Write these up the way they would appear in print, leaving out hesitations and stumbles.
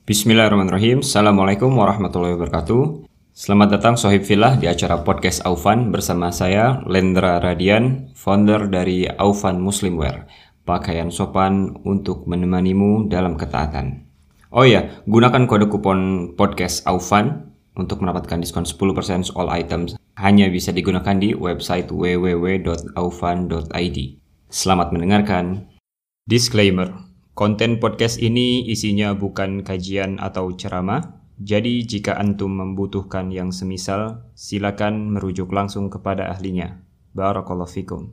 Bismillahirrahmanirrahim. Assalamualaikum warahmatullahi wabarakatuh. Selamat datang Sohib Fillah di acara podcast Aufan bersama saya Lendra Radian, founder dari Aufan Muslimwear, pakaian sopan untuk menemanimu dalam ketaatan. Oh ya, gunakan kode kupon podcast Aufan untuk mendapatkan diskon 10% all items. Hanya bisa digunakan di website www.aufan.id. Selamat mendengarkan. Disclaimer. Konten podcast ini isinya bukan kajian atau ceramah, jadi jika antum membutuhkan yang semisal, silakan merujuk langsung kepada ahlinya. Barakallahu fikum.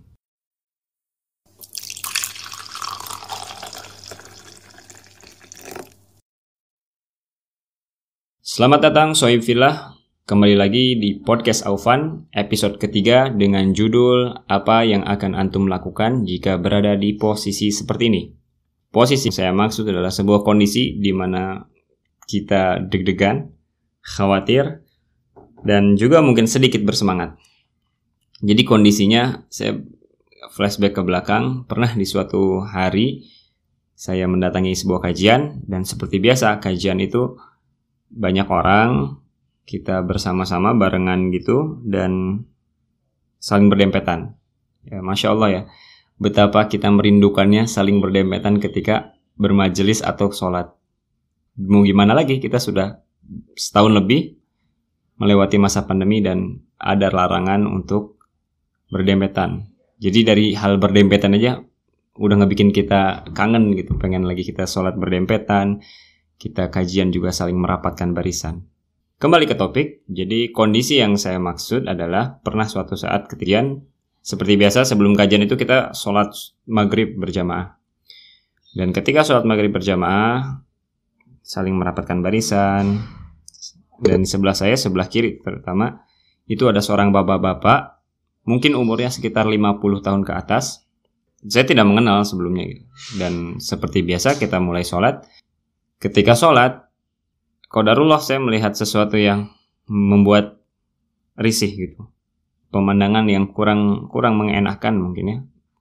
Selamat datang Sohib Fillah, kembali lagi di podcast Aufan, episode ketiga dengan judul Apa yang akan antum lakukan jika berada di posisi seperti ini. Posisi saya maksud adalah sebuah kondisi di mana kita deg-degan, khawatir, dan juga mungkin sedikit bersemangat. Jadi kondisinya, saya flashback ke belakang, pernah di suatu hari saya mendatangi sebuah kajian, dan seperti biasa kajian itu banyak orang, kita bersama-sama barengan gitu, dan saling berdempetan. Ya, Masya Allah ya. Betapa kita merindukannya saling berdempetan ketika bermajelis atau sholat. Mau gimana lagi, kita sudah setahun lebih melewati masa pandemi dan ada larangan untuk berdempetan. Jadi dari hal berdempetan aja udah ngebikin kita kangen gitu, pengen lagi kita sholat berdempetan, kita kajian juga saling merapatkan barisan. Kembali ke topik, jadi kondisi yang saya maksud adalah pernah suatu saat ketidian. Seperti biasa sebelum kajian itu kita sholat maghrib berjamaah. Dan ketika sholat maghrib berjamaah, saling merapatkan barisan. Dan sebelah saya, sebelah kiri terutama, itu ada seorang bapak-bapak, mungkin umurnya sekitar 50 tahun ke atas. Saya tidak mengenal sebelumnya. Dan seperti biasa kita mulai sholat. Ketika sholat, qadarullah saya melihat sesuatu yang membuat risih gitu. Pemandangan yang kurang mengenakan mungkin ya.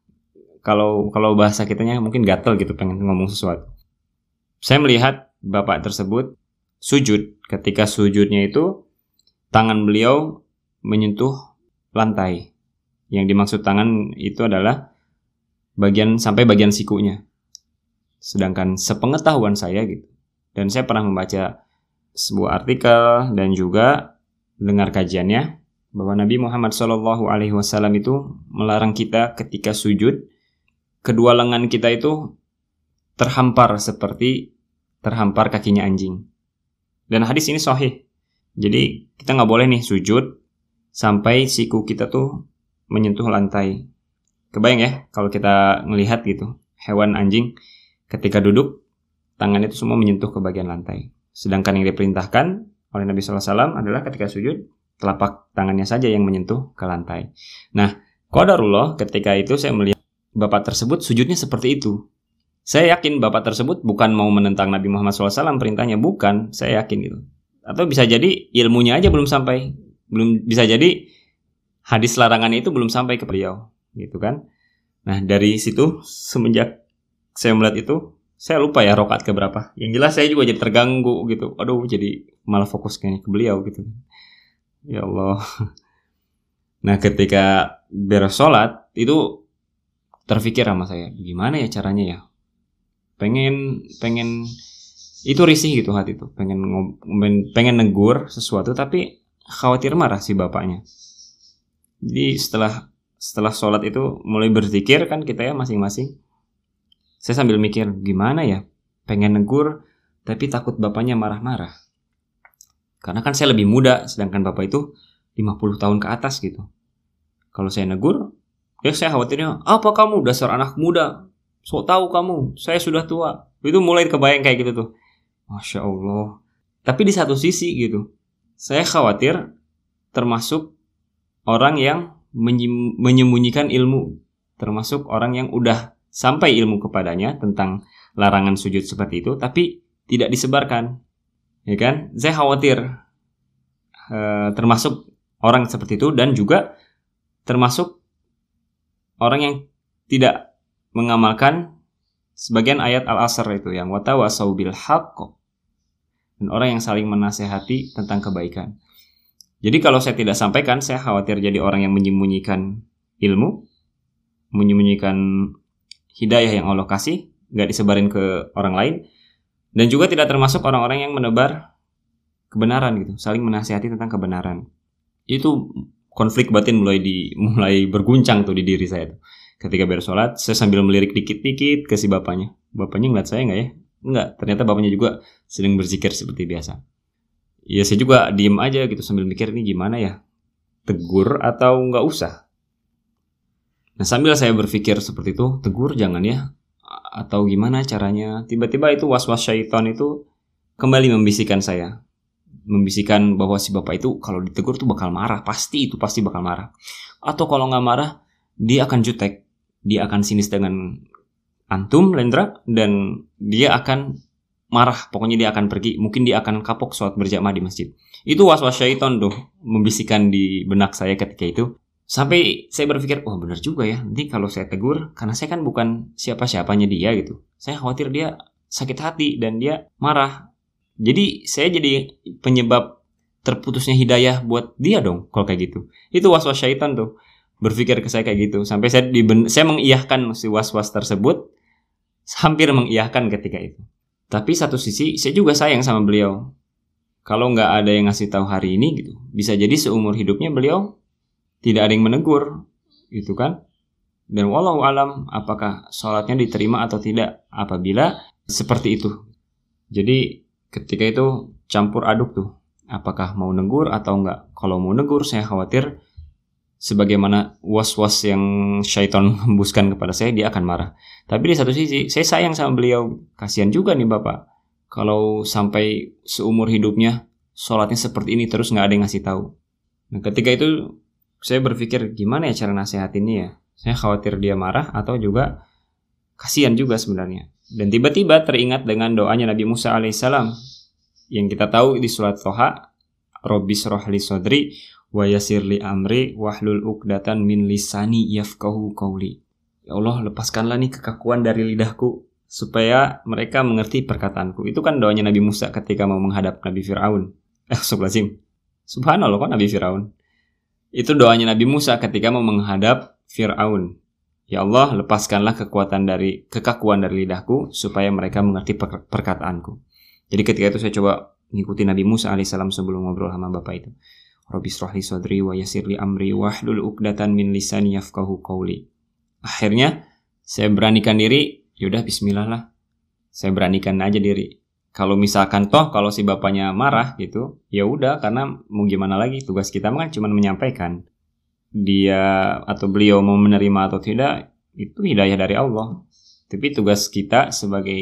Kalau bahasa kitanya mungkin gatel gitu pengen ngomong sesuatu. Saya melihat bapak tersebut sujud. Ketika sujudnya itu tangan beliau menyentuh lantai. Yang dimaksud tangan itu adalah sampai bagian sikunya. Sedangkan sepengetahuan saya gitu. Dan saya pernah membaca sebuah artikel dan juga dengar kajiannya bahwa Nabi Muhammad SAW itu melarang kita ketika sujud, kedua lengan kita itu terhampar seperti terhampar kakinya anjing. Dan hadis ini sahih. Jadi kita nggak boleh nih sujud sampai siku kita tuh menyentuh lantai. Kebayang ya kalau kita ngelihat gitu, hewan anjing ketika duduk, tangannya itu semua menyentuh ke bagian lantai. Sedangkan yang diperintahkan oleh Nabi SAW adalah ketika sujud, telapak tangannya saja yang menyentuh ke lantai. Nah, qadarullah ketika itu saya melihat bapak tersebut sujudnya seperti itu. Saya yakin bapak tersebut bukan mau menentang Nabi Muhammad SAW perintahnya, bukan. Saya yakin gitu. Atau bisa jadi ilmunya aja belum sampai. Bisa jadi hadis larangannya itu belum sampai ke beliau, gitu kan. Nah, dari situ semenjak saya melihat itu, saya lupa ya rakaat keberapa. Yang jelas saya juga jadi terganggu gitu. Aduh, jadi malah fokus ke beliau gitu. Ya Allah. Nah ketika beres sholat itu terfikir sama saya, gimana ya caranya ya? Pengen itu risih gitu hati itu, pengen negur sesuatu tapi khawatir marah si bapaknya. Jadi setelah sholat itu mulai berzikir kan kita ya masing-masing. Saya sambil mikir gimana ya, pengen negur tapi takut bapaknya marah-marah. Karena kan saya lebih muda, sedangkan bapak itu 50 tahun ke atas gitu. Kalau saya negur, ya saya khawatirnya, apa kamu dasar anak muda? Sok tahu kamu, saya sudah tua. Itu mulai kebayang kayak gitu tuh. Masya Allah. Tapi di satu sisi gitu, saya khawatir termasuk orang yang menyembunyikan ilmu. Termasuk orang yang udah sampai ilmu kepadanya tentang larangan sujud seperti itu, tapi tidak disebarkan. Ya kan? Saya khawatir termasuk orang seperti itu dan juga termasuk orang yang tidak mengamalkan sebagian ayat Al-Asr itu yang watawasau bil haqq. dan orang yang saling menasehati tentang kebaikan. Jadi kalau saya tidak sampaikan, saya khawatir jadi orang yang menyembunyikan ilmu, menyembunyikan hidayah yang Allah kasih, gak disebarin ke orang lain, dan juga tidak termasuk orang-orang yang menebar kebenaran gitu, saling menasihati tentang kebenaran. Itu konflik batin mulai berguncang tuh di diri saya tuh. Ketika bersolat, saya sambil melirik dikit-dikit ke si bapaknya. Bapaknya ngeliat saya nggak ya? Enggak, ternyata bapaknya juga sedang berzikir seperti biasa. Ya saya juga diem aja gitu sambil mikir ini gimana ya? Tegur atau nggak usah? Nah sambil saya berpikir seperti itu, tegur jangan ya? Atau gimana caranya? Tiba-tiba itu was-was syaitan itu kembali membisikkan saya. Membisikkan bahwa si bapak itu kalau ditegur tuh bakal marah. Pasti bakal marah. Atau kalau nggak marah, dia akan jutek. Dia akan sinis dengan antum, Lendra, dan dia akan marah. Pokoknya dia akan pergi. Mungkin dia akan kapok sholat berjamaah di masjid. Itu was-was syaitan tuh membisikkan di benak saya ketika itu. Sampai saya berpikir, wah benar juga ya. Nanti kalau saya tegur, karena saya kan bukan siapa-siapanya dia gitu. Saya khawatir dia sakit hati dan dia marah. Jadi saya jadi penyebab terputusnya hidayah buat dia dong kalau kayak gitu. Itu was-was syaitan tuh berpikir ke saya kayak gitu. Sampai saya mengiyahkan si was-was tersebut. Hampir mengiyahkan ketika itu. Tapi satu sisi saya juga sayang sama beliau. Kalau nggak ada yang ngasih tahu hari ini gitu, bisa jadi seumur hidupnya beliau tidak ada yang menegur, gitu kan? Dan wallahu alam apakah sholatnya diterima atau tidak apabila seperti itu. Jadi ketika itu campur aduk tuh, apakah mau negur atau enggak. Kalau mau negur saya khawatir sebagaimana was-was yang syaitan hembuskan kepada saya, dia akan marah. Tapi di satu sisi saya sayang sama beliau, kasihan juga nih bapak kalau sampai seumur hidupnya sholatnya seperti ini terus nggak ada yang ngasih tahu. Nah ketika itu saya berpikir gimana ya cara nasihatinnya ya. Saya khawatir dia marah atau juga kasihan juga sebenarnya. Dan tiba-tiba teringat dengan doanya Nabi Musa alaihissalam yang kita tahu di surat Thaha, Rabbi shrah li sadri wa yassir li amri wahlul 'uqdatan min lisani yafqahu qawli. Ya Allah, lepaskanlah nih kekakuan dari lidahku supaya mereka mengerti perkataanku. Itu kan doanya Nabi Musa ketika mau menghadap Nabi Fir'aun. Subhanallah kan Nabi Fir'aun. Itu doanya Nabi Musa ketika mau menghadap Fir'aun. Ya Allah, lepaskanlah kekakuan dari lidahku supaya mereka mengerti perkataanku. Jadi ketika itu saya coba ngikuti Nabi Musa alaihissalam sebelum ngobrol sama bapak itu. Rabbi shrah li sadri wa yassir li amri wahlul 'uqdatan min lisani yafqahu qawli. Akhirnya saya beranikan diri, yaudah bismillah lah. Saya beranikan aja diri. Kalau misalkan kalau si bapaknya marah gitu, ya udah karena mau gimana lagi, tugas kita kan cuma menyampaikan. Dia atau beliau mau menerima atau tidak, itu hidayah dari Allah. Tapi tugas kita sebagai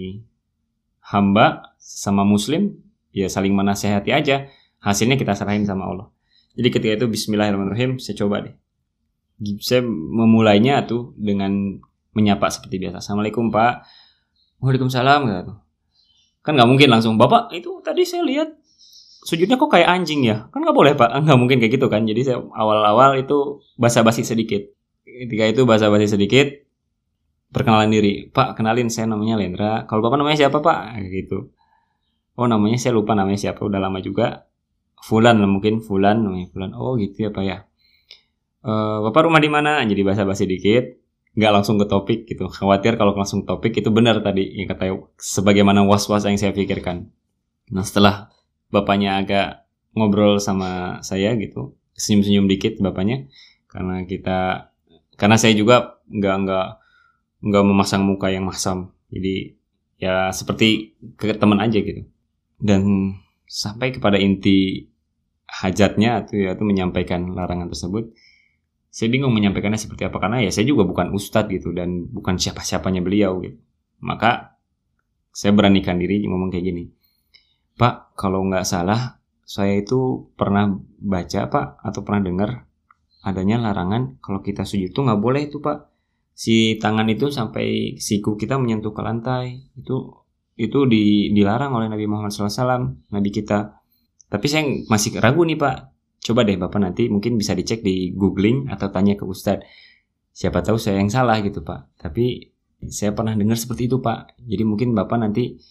hamba sama muslim, ya saling menasehati aja. Hasilnya kita serahin sama Allah. Jadi ketika itu bismillahirrahmanirrahim, saya coba deh. Saya memulainya tuh dengan menyapa seperti biasa. Assalamualaikum Pak. Waalaikumsalam. Gitu. Kan gak mungkin langsung, Bapak itu tadi saya lihat sujudnya kok kayak anjing ya. Kan gak boleh Pak, gak mungkin kayak gitu kan. Jadi saya awal-awal itu basa-basi sedikit. Ketika itu basa-basi sedikit, perkenalan diri. Pak, kenalin saya namanya Lendra. Kalau Bapak namanya siapa Pak? Gitu. Oh namanya saya lupa namanya siapa, udah lama juga. Fulan lah mungkin, Fulan namanya Fulan. Oh gitu ya Pak ya. Bapak rumah di mana? Jadi basa-basi dikit, nggak langsung ke topik gitu. Khawatir kalau langsung topik itu benar tadi yang kata sebagaimana was-was yang saya pikirkan. Nah setelah bapaknya agak ngobrol sama saya gitu, senyum-senyum dikit bapaknya, karena saya juga nggak memasang muka yang masam. Jadi ya seperti ke teman aja gitu. Dan sampai kepada inti hajatnya yaitu menyampaikan larangan tersebut. Saya bingung menyampaikannya seperti apa karena ya saya juga bukan ustadz gitu dan bukan siapa-siapanya beliau gitu. Maka saya beranikan diri ngomong kayak gini. Pak, kalau nggak salah saya itu pernah baca Pak atau pernah dengar adanya larangan kalau kita sujud itu nggak boleh itu Pak. Si tangan itu sampai siku kita menyentuh ke lantai. Itu dilarang oleh Nabi Muhammad SAW, Nabi kita. Tapi saya masih ragu nih Pak. Coba deh Bapak nanti mungkin bisa dicek di googling atau tanya ke Ustadz. Siapa tahu saya yang salah gitu Pak. Tapi saya pernah dengar seperti itu Pak. Jadi mungkin Bapak nanti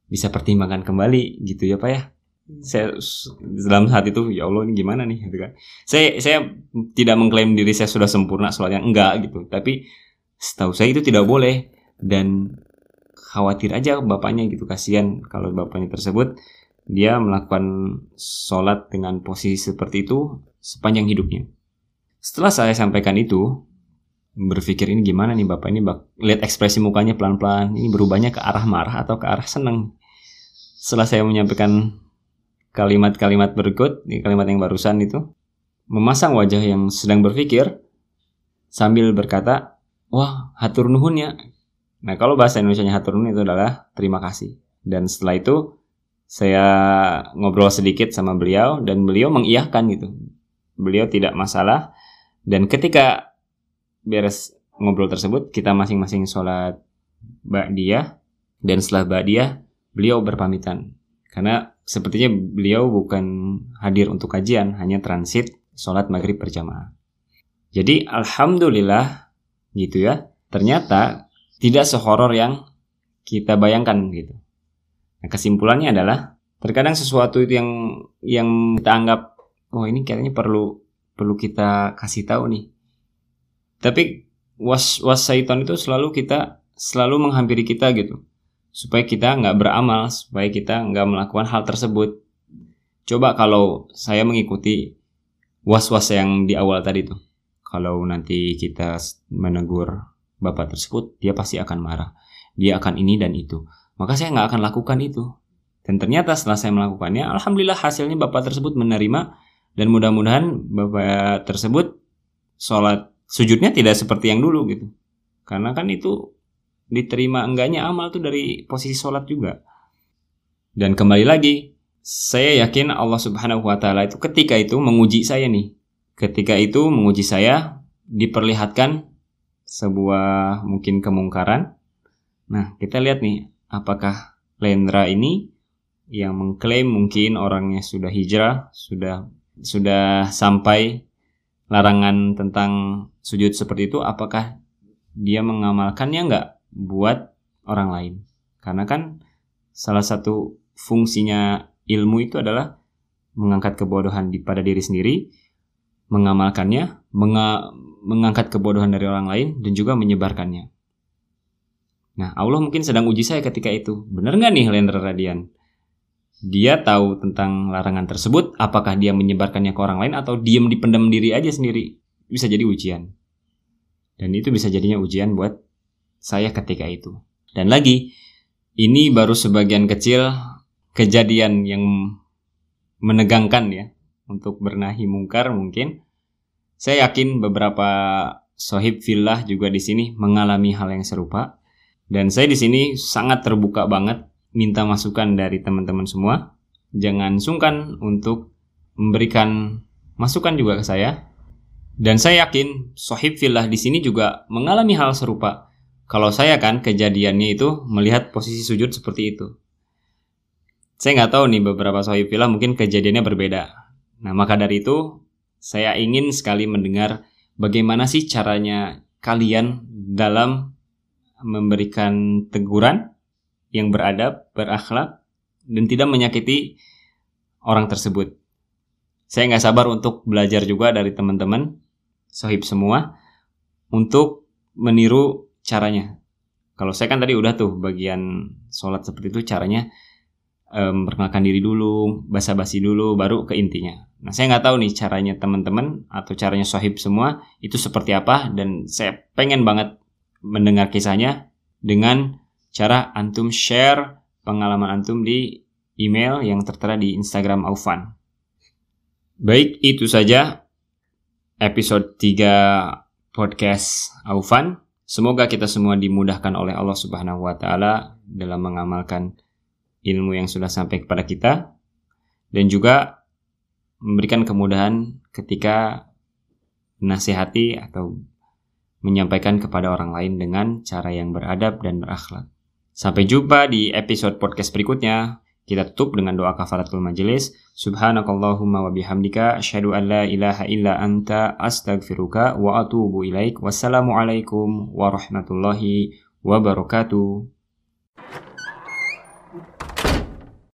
bisa pertimbangkan kembali gitu ya Pak ya. Saya dalam saat itu ya Allah ini gimana nih gitu kan. Saya tidak mengklaim diri saya sudah sempurna sholatnya, enggak gitu. Tapi setahu saya itu tidak boleh, dan khawatir aja bapaknya gitu, kasihan kalau bapaknya tersebut dia melakukan sholat dengan posisi seperti itu sepanjang hidupnya. Setelah saya sampaikan itu, berpikir ini gimana nih bapak ini, lihat ekspresi mukanya pelan-pelan ini berubahnya ke arah marah atau ke arah senang. Setelah saya menyampaikan kalimat-kalimat berikut, kalimat yang barusan itu, memasang wajah yang sedang berpikir sambil berkata, wah hatur nuhun ya. Nah kalau bahasa Indonesianya hatur nuhun itu adalah terima kasih. Dan setelah itu saya ngobrol sedikit sama beliau dan beliau mengiyakan gitu. Beliau tidak masalah. Dan ketika beres ngobrol tersebut, kita masing-masing sholat ba'diyah. Dan setelah ba'diyah, beliau berpamitan. Karena sepertinya beliau bukan hadir untuk kajian, hanya transit sholat maghrib berjamaah. Jadi alhamdulillah gitu ya, ternyata tidak sehoror yang kita bayangkan gitu. Nah, kesimpulannya adalah terkadang sesuatu itu yang kita anggap oh ini kayaknya perlu kita kasih tahu nih. Tapi was syaitan itu selalu menghampiri kita gitu. Supaya kita nggak beramal, supaya kita nggak melakukan hal tersebut. Coba kalau saya mengikuti was-was yang di awal tadi tuh. Kalau nanti kita menegur bapak tersebut, dia pasti akan marah. Dia akan ini dan itu. Maka saya nggak akan lakukan itu. Dan ternyata setelah saya melakukannya, alhamdulillah hasilnya bapak tersebut menerima. Dan mudah-mudahan bapak tersebut sholat sujudnya tidak seperti yang dulu gitu. Karena kan itu diterima enggaknya amal tuh dari posisi sholat juga. Dan kembali lagi, saya yakin Allah Subhanahu wa Ta'ala itu ketika itu menguji saya nih. Ketika itu menguji saya, diperlihatkan sebuah mungkin kemungkaran. Nah, kita lihat nih, apakah Lendra ini yang mengklaim mungkin orangnya sudah hijrah, sudah sampai larangan tentang sujud seperti itu, apakah dia mengamalkannya enggak buat orang lain. Karena kan salah satu fungsinya ilmu itu adalah mengangkat kebodohan pada diri sendiri, mengamalkannya, mengangkat kebodohan dari orang lain, dan juga menyebarkannya. Nah, Allah mungkin sedang uji saya ketika itu. Benar nggak nih Lendra Radian? Dia tahu tentang larangan tersebut, apakah dia menyebarkannya ke orang lain atau diam dipendam diri aja sendiri? Bisa jadi ujian. Dan itu bisa jadinya ujian buat saya ketika itu. Dan lagi, ini baru sebagian kecil kejadian yang menegangkan ya, untuk bernahi mungkar mungkin. Saya yakin beberapa sohib fillah juga di sini mengalami hal yang serupa. Dan saya di sini sangat terbuka banget minta masukan dari teman-teman semua. Jangan sungkan untuk memberikan masukan juga ke saya. Dan saya yakin sohib fillah di sini juga mengalami hal serupa. Kalau saya kan kejadiannya itu melihat posisi sujud seperti itu. Saya nggak tahu nih beberapa sohib fillah mungkin kejadiannya berbeda. Nah maka dari itu saya ingin sekali mendengar bagaimana sih caranya kalian dalam memberikan teguran yang beradab, berakhlak, dan tidak menyakiti orang tersebut. Saya nggak sabar untuk belajar juga dari teman-teman sohib semua untuk meniru caranya. Kalau saya kan tadi udah tuh bagian sholat seperti itu caranya memperkenalkan diri dulu, basa-basi dulu, baru ke intinya. Nah saya nggak tahu nih caranya teman-teman atau caranya sohib semua itu seperti apa, dan saya pengen banget mendengar kisahnya dengan cara antum share pengalaman antum di email yang tertera di Instagram Aufan. Baik, itu saja episode 3 podcast Aufan. Semoga kita semua dimudahkan oleh Allah Subhanahu wa Ta'ala dalam mengamalkan ilmu yang sudah sampai kepada kita, dan juga memberikan kemudahan ketika menasihati atau menyampaikan kepada orang lain dengan cara yang beradab dan berakhlak. Sampai jumpa di episode podcast berikutnya. Kita tutup dengan doa kafaratul majelis. Subhanakallahumma wa bihamdika asyhadu an la ilaha illa anta astaghfiruka wa atubu ilaik. Wassalamualaikum warahmatullahi wabarakatuh.